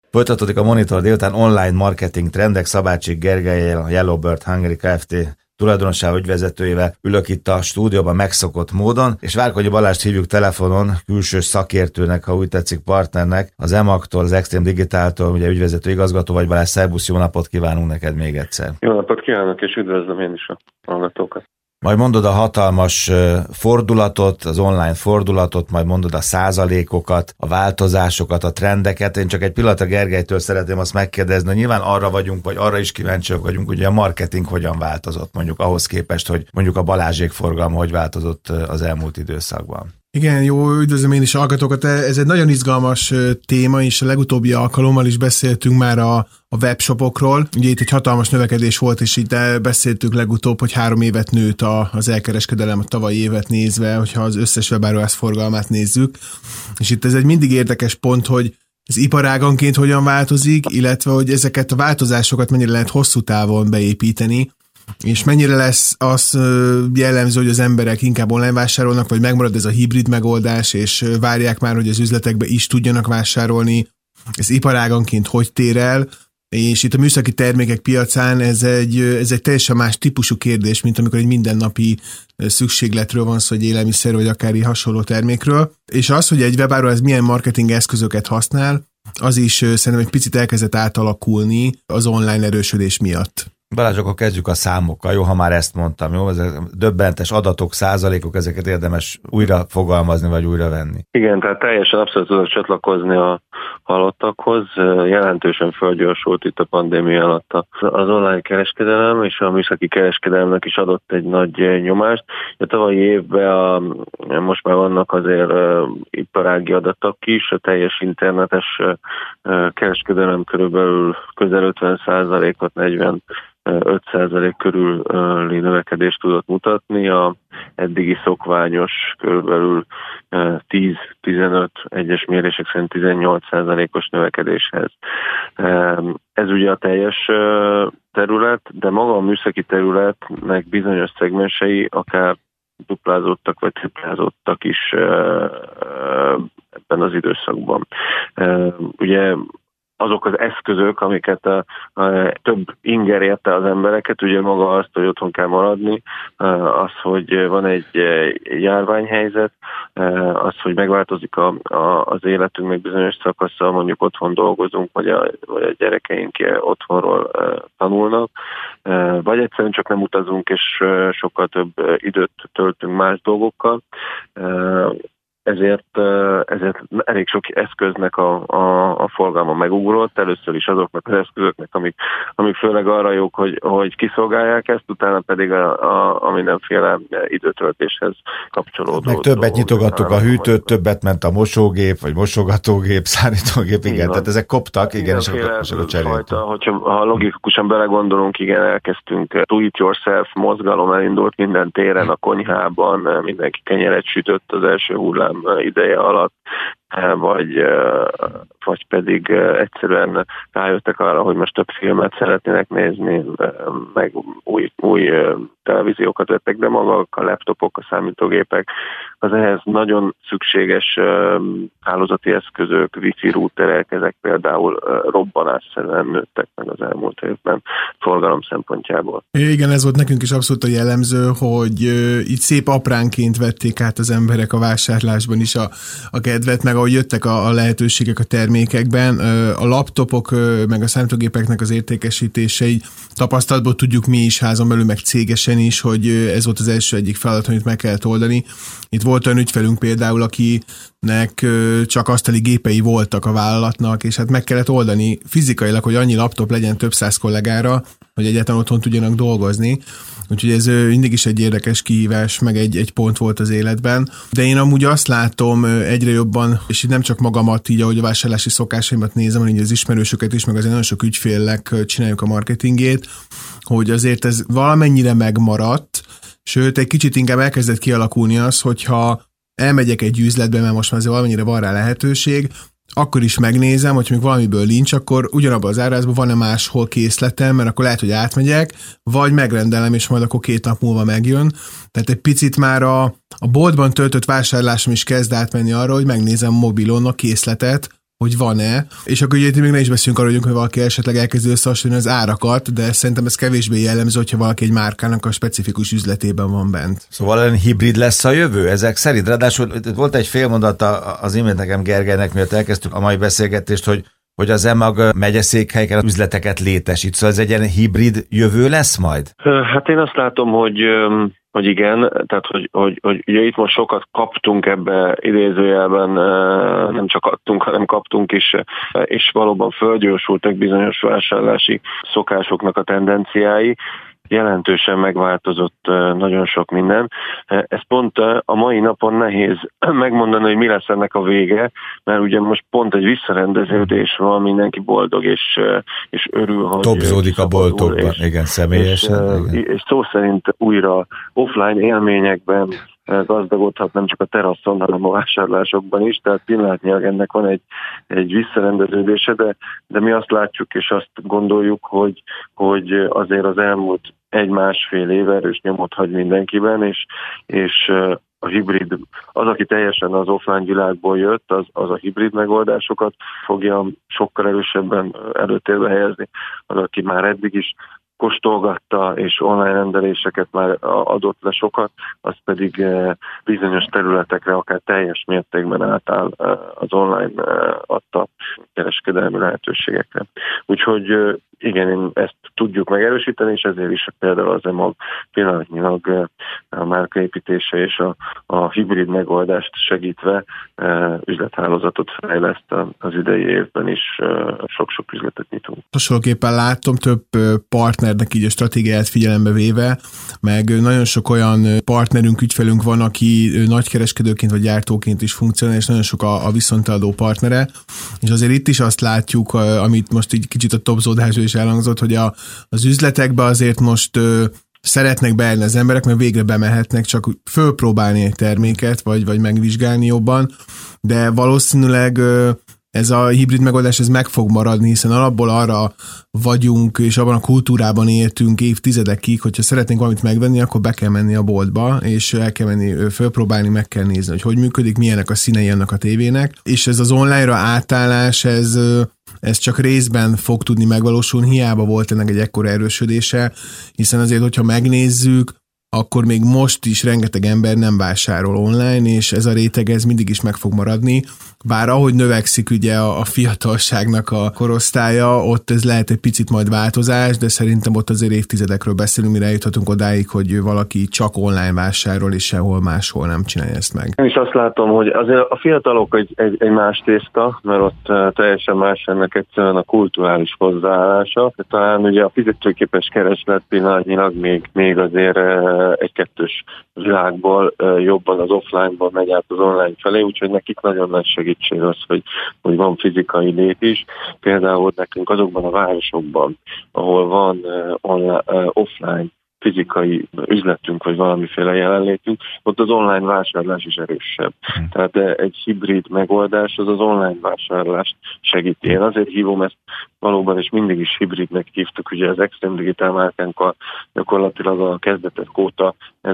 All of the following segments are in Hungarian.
Folytatódik a Monitor délután online marketing trendek. Szabácsik Gergellyel, a Yellowbird Hungary Kft. Tulajdonosával, ügyvezetőjével ülök itt a stúdióban megszokott módon, és Várkonyi Balást hívjuk telefonon, külső szakértőnek, ha úgy tetszik, partnernek, az EMAG-tól, az Extreme Digital-tól, ugye ügyvezető igazgató vagy. Balázs, szervusz, jó napot kívánunk neked még egyszer. Jó napot kívánok, és üdvözlöm én is a hallgatókat. Majd mondod a hatalmas fordulatot, az online fordulatot, majd mondod a százalékokat, a változásokat, a trendeket. Én csak egy pillanatra Gergelytől szeretném azt megkérdezni, nyilván arra vagyunk, vagy arra is kíváncsiak vagyunk, hogy a marketing hogyan változott, mondjuk ahhoz képest, hogy mondjuk a Balázsék forgalma hogy változott az elmúlt időszakban. Igen, jó, üdvözlöm én is a hallgatókat. Ez egy nagyon izgalmas téma, és a legutóbbi alkalommal is beszéltünk már a webshopokról. Ugye itt egy hatalmas növekedés volt, és itt beszéltük legutóbb, hogy 3 évet nőtt az elkereskedelem a tavalyi évet nézve, hogyha az összes webáruház forgalmát nézzük. És itt ez egy mindig érdekes pont, hogy ez iparáganként hogyan változik, illetve hogy ezeket a változásokat mennyire lehet hosszú távon beépíteni, és mennyire lesz az jellemző, hogy az emberek inkább online vásárolnak, vagy megmarad ez a hibrid megoldás, és várják már, hogy az üzletekbe is tudjanak vásárolni. Ez iparáganként hogy tér el, és itt a műszaki termékek piacán ez egy teljesen más típusú kérdés, mint amikor egy mindennapi szükségletről van szó, egy élelmiszer, vagy akár hasonló termékről. És az, hogy egy webáruház milyen marketing eszközöket használ, az is szerintem egy picit elkezdett átalakulni az online erősödés miatt. Balázs, akkor kezdjük a számokkal, jó, ha már ezt mondtam, jó? Ezek döbbentes adatok, százalékok, ezeket érdemes újra fogalmazni, vagy újra venni. Igen, tehát teljesen abszolút tudok csatlakozni a hallottakhoz. Jelentősen fölgyorsult itt a pandémia alatt az online kereskedelem, és a műszaki kereskedelemnek is adott egy nagy nyomást. A tavalyi évben most már vannak azért iparági adatok is, a teljes internetes kereskedelem körülbelül közel 50%-ot, 45% körüli növekedést tudott mutatni, a eddigi szokványos körülbelül 10-15, egyes mérések szerint 18%-os növekedéshez. Ez ugye a teljes terület, de maga a műszaki területnek bizonyos szegmensei akár duplázódtak vagy triplázódtak is ebben az időszakban. Ugye azok az eszközök, amiket több inger érte az embereket, ugye maga azt, hogy otthon kell maradni, az, hogy van egy járványhelyzet, az, hogy megváltozik az életünknek bizonyos szakasza, mondjuk otthon dolgozunk, vagy a gyerekeink otthonról tanulnak, vagy egyszerűen csak nem utazunk, és sokkal több időt töltünk más dolgokkal. Ezért elég sok eszköznek a forgalma megugrott, először is azoknak az eszközöknek, amik főleg arra jók, hogy kiszolgálják ezt, utána pedig a mindenféle időtöltéshez kapcsolódó. Meg többet nyitogattuk a hűtőt, többet ment a mosógép, vagy mosogatógép, szárítógép, igen, tehát ezek koptak, igen, és akkor cseréltünk. Ha logikusan belegondolunk, igen, elkezdtünk do it yourself mozgalom, elindult minden téren, a konyhában, mindenki kenyeret sütött az első hullám ideje alatt, vagy pedig egyszerűen rájöttek arra, hogy most több filmet szeretnének nézni, meg új televíziókat vettek, de maga a laptopok, a számítógépek, az ehhez nagyon szükséges hálózati eszközök, wifi routerek, ezek például robbanásszerűen nőttek meg az elmúlt évben forgalom szempontjából. Igen, ez volt nekünk is abszolút a jellemző, hogy így szép apránként vették át az emberek a vásárlásban is a kedvet, meg ahogy jöttek a lehetőségek a termékekben, a laptopok, meg a számítógépeknek az értékesítései tapasztalatból tudjuk mi is házon belül, meg cégesen is, hogy ez volt az első egyik feladat, amit meg kellett oldani. Itt volt olyan ügyfelünk például, akinek csak asztali gépei voltak a vállalatnak, és hát meg kellett oldani fizikailag, hogy annyi laptop legyen több száz kollégára, hogy egyáltalán otthon tudjanak dolgozni. Úgyhogy ez mindig is egy érdekes kihívás, meg egy pont volt az életben. De én amúgy azt látom egyre jobban, és itt nem csak magamat, így ahogy a vásárlási szokásaimat nézem, hanem így az ismerősöket is, meg azért nagyon sok ügyfélnek csináljuk a marketingét, hogy azért ez valamennyire megmaradt, sőt, egy kicsit inkább elkezdett kialakulni az, hogyha elmegyek egy üzletbe, mert most már azért valamennyire van rá lehetőség, akkor is megnézem, hogy még valamiből nincs, akkor ugyanabban az áruházban van-e máshol készletem, mert akkor lehet, hogy átmegyek, vagy megrendelem, és majd akkor 2 nap múlva megjön. Tehát egy picit már a boltban töltött vásárlásom is kezd átmenni arra, hogy megnézem mobilon a készletet, hogy van-e, és akkor ugye még ne is beszélünk arról, hogy valaki esetleg elkezdi összehasonlítani az árakat, de szerintem ez kevésbé jellemző, hogyha valaki egy márkának a specifikus üzletében van bent. Szóval olyan hibrid lesz a jövő ezek szerint? Ráadásul volt egy fél mondata az imént nekem Gergelynek, miatt elkezdtük a mai beszélgetést, hogy az EMAG megyeszékhelyeken üzleteket létesít. Szóval ez egy ilyen hibrid jövő lesz majd? Hát én azt látom, hogy igen, tehát hogy ugye itt most sokat kaptunk ebbe idézőjelben, nem csak adtunk, hanem kaptunk is, és valóban fölgyorsultak bizonyos vásárlási szokásoknak a tendenciái. Jelentősen megváltozott nagyon sok minden. Ez pont a mai napon nehéz megmondani, hogy mi lesz ennek a vége, mert ugye most pont egy visszarendeződés van, mindenki boldog és örül, hogy topzódik a boltokban, igen, személyesen. És szó szerint újra offline élményekben gazdagodhat nem csak a teraszon, hanem a vásárlásokban is, tehát pillanatnyilag ennek van egy visszarendeződése, de mi azt látjuk és azt gondoljuk, hogy azért az elmúlt 1-1,5 év erős nyomot hagy mindenkiben, és a hibrid, az, aki teljesen az offline világból jött, az a hibrid megoldásokat fogja sokkal erősebben előtérbe helyezni, az, aki már eddig is kóstolgatta, és online rendeléseket már adott le sokat, az pedig bizonyos területekre akár teljes mértékben átáll az online adta kereskedelmi lehetőségekre. Úgyhogy igen, ezt tudjuk megerősíteni, és ezért is például az EMAG pillanatnyilag a márkaépítése és a hibrid megoldást segítve üzlethálózatot fejleszt az idei évben is, sok-sok üzletet nyitunk. Hasonlóképpen látom több partnernek így a stratégiát figyelembe véve, meg nagyon sok olyan partnerünk, ügyfelünk van, aki nagykereskedőként vagy gyártóként is funkcionál, és nagyon sok a viszonteladó partnere, és azért itt is azt látjuk, amit most így kicsit a topzódásról is elhangzott, hogy az üzletekbe azért most szeretnek beállni az emberek, mert végre bemehetnek csak fölpróbálni egy terméket, vagy megvizsgálni jobban, de valószínűleg ez a hibrid megoldás ez meg fog maradni, hiszen alapból arra vagyunk, és abban a kultúrában éltünk évtizedekig, hogyha szeretnénk valamit megvenni, akkor be kell menni a boltba, és el kell menni fölpróbálni, meg kell nézni, hogy működik, milyenek a színei annak a tévének, és ez az online-ra átállás, ez csak részben fog tudni megvalósulni, hiába volt ennek egy ekkora erősödése, hiszen azért, hogyha megnézzük, akkor még most is rengeteg ember nem vásárol online, és ez a réteg ez mindig is meg fog maradni. Bár ahogy növekszik ugye a fiatalságnak a korosztálya, ott ez lehet egy picit majd változás, de szerintem ott azért évtizedekről beszélünk, mire eljuthatunk odáig, hogy valaki csak online vásárol, és sehol máshol nem csinálja ezt meg. Én is azt látom, hogy azért a fiatalok egy más tészta, mert ott teljesen más ennek egyszerűen a kulturális hozzáállása. Talán ugye a fizetőképes kereslet pillanatnyilag még azért egy kettős világból jobban az offline-ban megy át az online felé, úgyhogy nekik nagyon nagy segítség az, hogy van fizikai lét is. Például nekünk azokban a városokban, ahol van offline fizikai üzletünk, vagy valamiféle jelenlétünk, ott az online vásárlás is erősebb. Tehát egy hibrid megoldás az online vásárlást segíti. Én azért hívom ezt valóban, és mindig is hibridnek hívtuk, ugye az Extreme Digital márkánkkal gyakorlatilag a kezdetek óta ez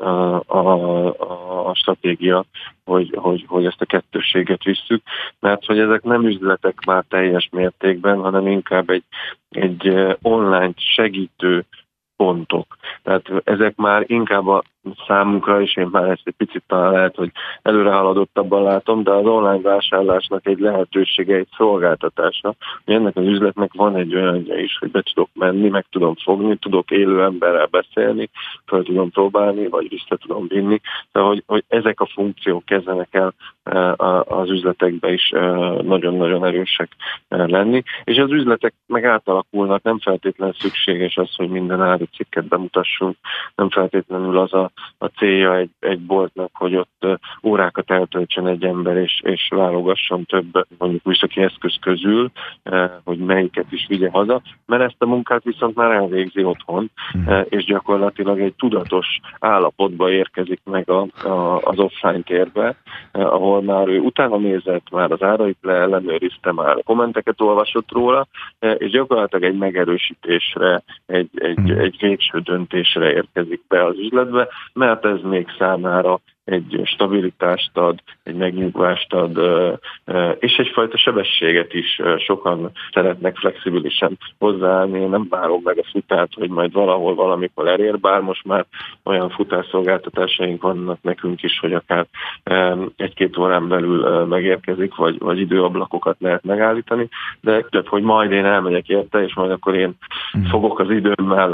a stratégia, hogy ezt a kettősséget visszük, mert hogy ezek nem üzletek már teljes mértékben, hanem inkább egy online segítő pontok. Tehát ezek már inkább a számunkra, és én már ezt egy picit talán lehet, hogy előrehaladottabban látom, de az online vásárlásnak egy lehetősége, egy szolgáltatása, hogy ennek az üzletnek van egy olyanja is, hogy be tudok menni, meg tudom fogni, tudok élő emberrel beszélni, fel tudom próbálni, vagy vissza tudom vinni. Tehát, hogy ezek a funkciók kezdenek el az üzletekbe is nagyon-nagyon erősek lenni, és az üzletek meg átalakulnak, nem feltétlenül szükséges az, hogy minden árucikket bemutassunk, nem feltétlenül az a célja egy boltnak, hogy ott órákat eltöltsön egy ember, és válogasson több mondjuk műszaki eszköz közül, hogy melyiket is vigye haza, mert ezt a munkát viszont már elvégzi otthon, és gyakorlatilag egy tudatos állapotba érkezik meg az offline térbe, ahol már ő utána nézett, már az árait leellenőrizte, már kommenteket olvasott róla, és gyakorlatilag egy megerősítésre, egy végső döntésre érkezik be az üzletbe, mert ez még számára egy stabilitást ad, egy megnyugvást ad, és egyfajta sebességet is. Sokan szeretnek flexibilisen hozzáállni. Én nem várom meg a futárt, hogy majd valahol valamikor elér, bár most már olyan futárszolgáltatásaink vannak nekünk is, hogy akár 1-2 órán belül megérkezik, vagy időablakokat lehet megállítani, de hogy majd én elmegyek érte, és majd akkor én fogok az időmmel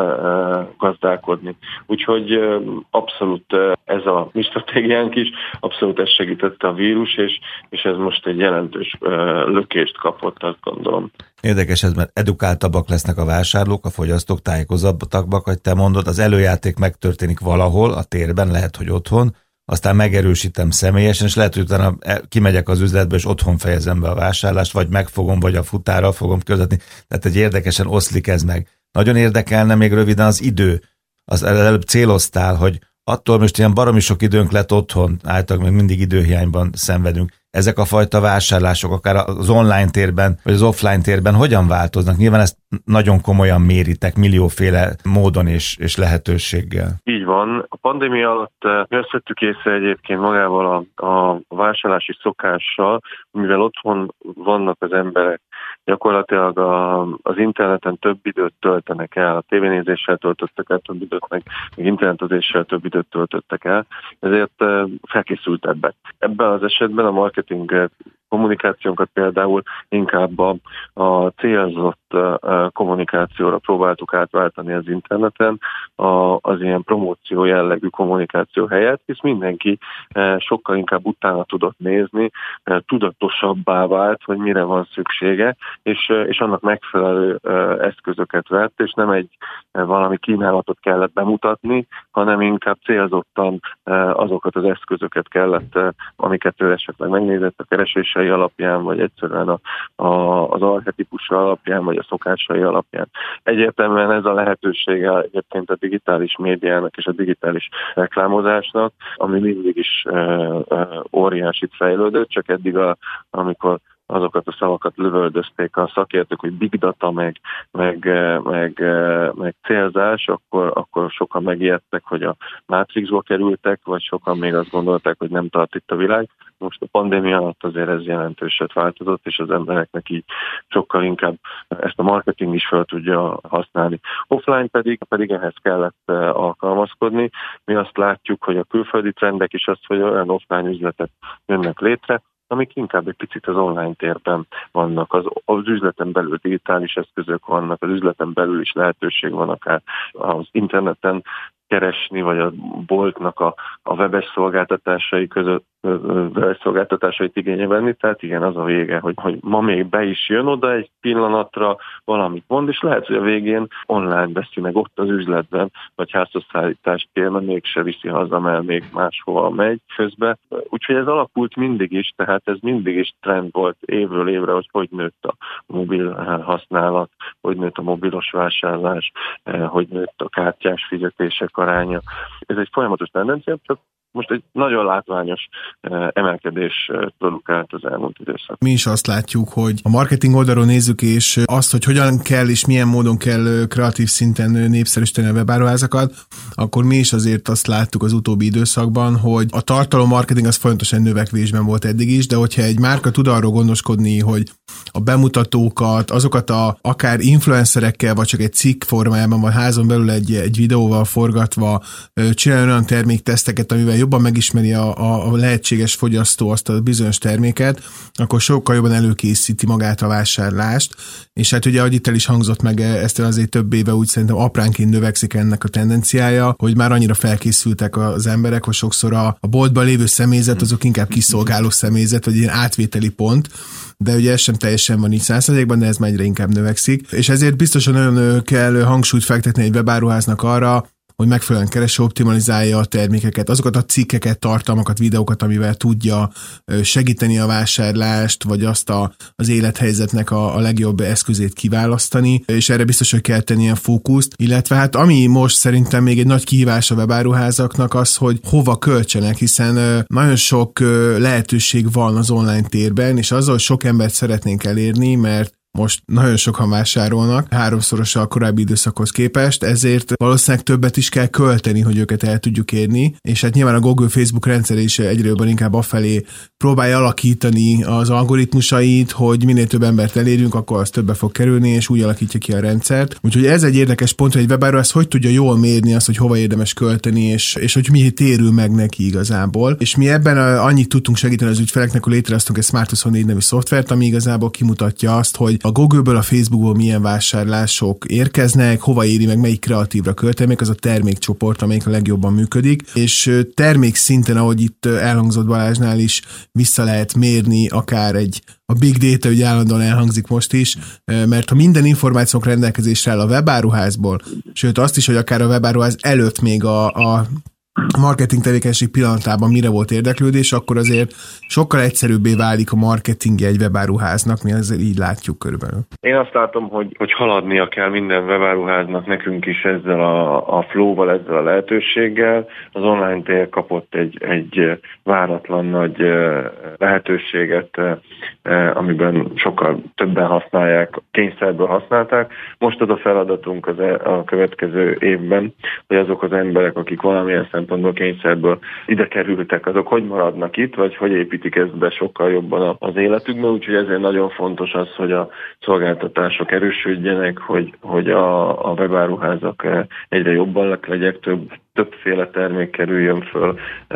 gazdálkodni. Úgyhogy abszolút ez a mi stratégiánk is, abszolút ez segítette a vírus, és ez most egy jelentős lökést kapott, azt gondolom. Érdekes ez, mert edukáltabbak lesznek a vásárlók, a fogyasztók tájékozottabbak, hogy te mondod, az előjáték megtörténik valahol, a térben, lehet, hogy otthon, aztán megerősítem személyesen, és lehet, hogy utána kimegyek az üzletbe, és otthon fejezem be a vásárlást, vagy megfogom, vagy a futárral fogom közvetni. Tehát egy érdekesen oszlik ez meg. Nagyon érdekelne még röviden az idő. Az előbb céloztál, hogy attól most ilyen baromi sok időnk lett otthon, általában még mindig időhiányban szenvedünk. Ezek a fajta vásárlások, akár az online térben, vagy az offline térben hogyan változnak? Nyilván ezt nagyon komolyan méritek, millióféle módon és lehetőséggel. Így van. A pandémia alatt mi azt vettük észre egyébként magával a vásárlási szokással, mivel otthon vannak az emberek, gyakorlatilag az interneten több időt töltenek el, a tévénézéssel töltöttek el több időt, meg internetezéssel több időt töltöttek el, ezért felkészültebbek. Ebben az esetben a marketing kommunikációnkat például inkább a célzott kommunikációra próbáltuk átváltani az interneten, az ilyen promóció jellegű kommunikáció helyett, hisz mindenki sokkal inkább utána tudott nézni, tudatosabbá vált, hogy mire van szüksége, és annak megfelelő eszközöket vett, és nem egy valami kínálatot kellett bemutatni, hanem inkább célzottan azokat az eszközöket kellett, amiket ő esetleg megnézett a keresései alapján, vagy egyszerűen az archetipusra alapján, vagy a szokásai alapján. Egyértelműen ez a lehetősége egyébként a digitális médiának és a digitális reklámozásnak, ami mindig is óriásit fejlődött, csak eddig, amikor azokat a szavakat lövöldözték a szakértők, hogy big data, meg célzás, akkor sokan megijedtek, hogy a Matrixba kerültek, vagy sokan még azt gondolták, hogy nem tart itt a világ. Most a pandémia alatt azért ez jelentőset változott, és az embereknek így sokkal inkább ezt a marketing is fel tudja használni. Offline pedig ehhez kellett alkalmazkodni. Mi azt látjuk, hogy a külföldi trendek is azt, hogy olyan offline üzletek jönnek létre, amik inkább egy picit az online térben vannak. Az üzleten belül digitális eszközök vannak, az üzleten belül is lehetőség van akár az interneten keresni, vagy a boltnak a webes szolgáltatásai között webes szolgáltatásait igénybe venni, tehát igen, az a vége, hogy ma még be is jön oda egy pillanatra, valamit mond, és lehet, hogy a végén online veszi meg ott az üzletben, vagy házhozszállítást kér, mert mégse viszi haza, mert még máshova megy közben. Úgyhogy ez alakult mindig is, tehát ez mindig is trend volt évről évre, hogy nőtt a mobil használat, hogy nőtt a mobilos vásárlás, hogy nőtt a kártyás fizetések aránya. Ez egy folyamatos tendencia, csak most egy nagyon látványos emelkedés produkált az elmúlt időszak. Mi is azt látjuk, hogy a marketing oldalról nézzük, és azt, hogy hogyan kell és milyen módon kell kreatív szinten népszerűsíteni a webáruházakat, akkor mi is azért azt láttuk az utóbbi időszakban, hogy a tartalommarketing az folyamatosan növekvésben volt eddig is, de hogyha egy márka tud arról gondoskodni, hogy a bemutatókat, azokat akár influencerekkel, vagy csak egy cikk formájában, vagy házon belül egy videóval forgatva csinálni olyan termékteszteket, amivel jobban megismeri a lehetséges fogyasztó azt a bizonyos terméket, akkor sokkal jobban előkészíti magát a vásárlást, és hát ugye, ahogy itt el is hangzott meg, ezt azért több éve úgy szerintem apránként növekszik ennek a tendenciája, hogy már annyira felkészültek az emberek, hogy sokszor a boltban lévő személyzet azok inkább kiszolgáló személyzet, vagy ilyen átvételi pont, de ugye ez sem teljesen van így 100%-ban, de ez már egyre inkább növekszik, és ezért biztosan nagyon kell hangsúlyt fektetni egy webáruháznak arra, hogy megfelelően kereső optimalizálja a termékeket, azokat a cikkeket, tartalmakat, videókat, amivel tudja segíteni a vásárlást, vagy azt az élethelyzetnek a legjobb eszközét kiválasztani, és erre biztos, hogy kell tenni a fókuszt, illetve hát ami most szerintem még egy nagy kihívás a webáruházaknak az, hogy hova költsenek, hiszen nagyon sok lehetőség van az online térben, és azzal sok embert szeretnénk elérni, mert most nagyon sokan vásárolnak, 3-szorosa a korábbi időszakhoz képest, ezért valószínűleg többet is kell költeni, hogy őket el tudjuk érni, és hát nyilván a Google Facebook rendszer is egyre jobban inkább afelé próbálja alakítani az algoritmusait, hogy minél több embert elérjünk, akkor az többe fog kerülni, és úgy alakítja ki a rendszert. Úgyhogy ez egy érdekes pont, hogy egy webáruház hogy tudja jól mérni azt, hogy hova érdemes költeni, és hogy mi térül meg neki igazából. És mi ebben annyit tudtunk segíteni az ügyfeleknek, hogy létrehoztunk egy Smart24 nevű szoftvert, ami igazából kimutatja azt, hogy a Google-ből, a Facebookból milyen vásárlások érkeznek, hova éri meg, melyik kreatívra költeni, az a termékcsoport, amelyik a legjobban működik, és termék szinten, ahogy itt elhangzott Balázsnál is, vissza lehet mérni akár a big data, hogy állandóan elhangzik most is, mert ha minden információk rendelkezésre áll a webáruházból, sőt azt is, hogy akár a webáruház előtt még a marketing tevékenység pillanatában mire volt érdeklődés, akkor azért sokkal egyszerűbbé válik a marketingje egy webáruháznak, mi azért így látjuk körülbelül. Én azt látom, hogy haladnia kell minden webáruháznak, nekünk is ezzel a flow-val, ezzel a lehetőséggel. Az online tér kapott egy váratlan nagy lehetőséget, amiben sokkal többen használják, kényszerből használták. Most az a feladatunk a következő évben, hogy azok az emberek, akik valamilyen szempontból kényszerből ide kerültek, azok hogy maradnak itt, vagy hogy építik ezt be sokkal jobban az életükbe, úgyhogy ezért nagyon fontos az, hogy a szolgáltatások erősödjenek, hogy a webáruházak egyre jobban legyek, többféle termék kerüljön föl,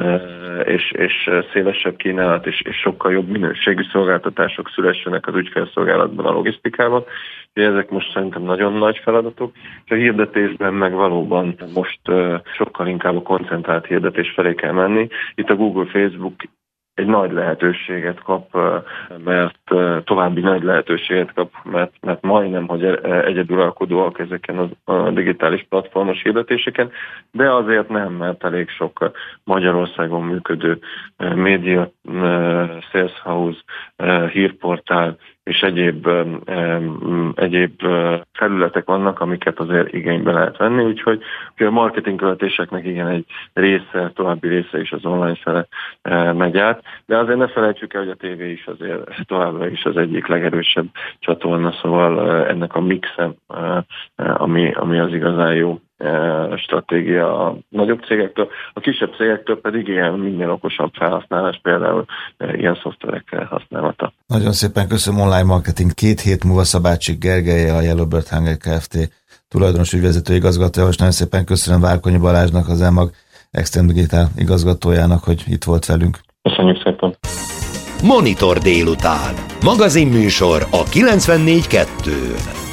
és szélesebb kínálat, és sokkal jobb minőségű szolgáltatások szülessenek az ügyfélszolgálatban, a logisztikában. Ezek most szerintem nagyon nagy feladatok, és a hirdetésben meg valóban most sokkal inkább a koncentrált hirdetés felé kell menni. Itt a Google, Facebook egy nagy lehetőséget kap, mert további nagy lehetőséget kap, mert majdnem, hogy egyeduralkodóak ezeken a digitális platformos hirdetéseken, de azért nem, mert elég sok Magyarországon működő média, sales house, hírportál és egyéb felületek vannak, amiket azért igénybe lehet venni, úgyhogy a marketing költéseknek igen egy része, további része is az online fele megy át, de azért ne felejtsük el, hogy a tévé is azért továbbra is az egyik legerősebb csatorna, szóval ennek a mixem, ami az igazán jó stratégia a nagyobb cégektől, a kisebb cégektől pedig ilyen minél okosabb felhasználás, például ilyen szoftverek használata. Nagyon szépen köszönöm, online marketing 2 hét múlva Szabácsik Gergelye, a Yellowbird Hungary Kft. Tulajdonos ügyvezető igazgatója, és nagyon szépen köszönöm Várkonyi Balázsnak, az EMAG Extreme Digital igazgatójának, hogy itt volt velünk. Köszönjük szépen! Monitor délután. Magazinműsor a 94.2-n.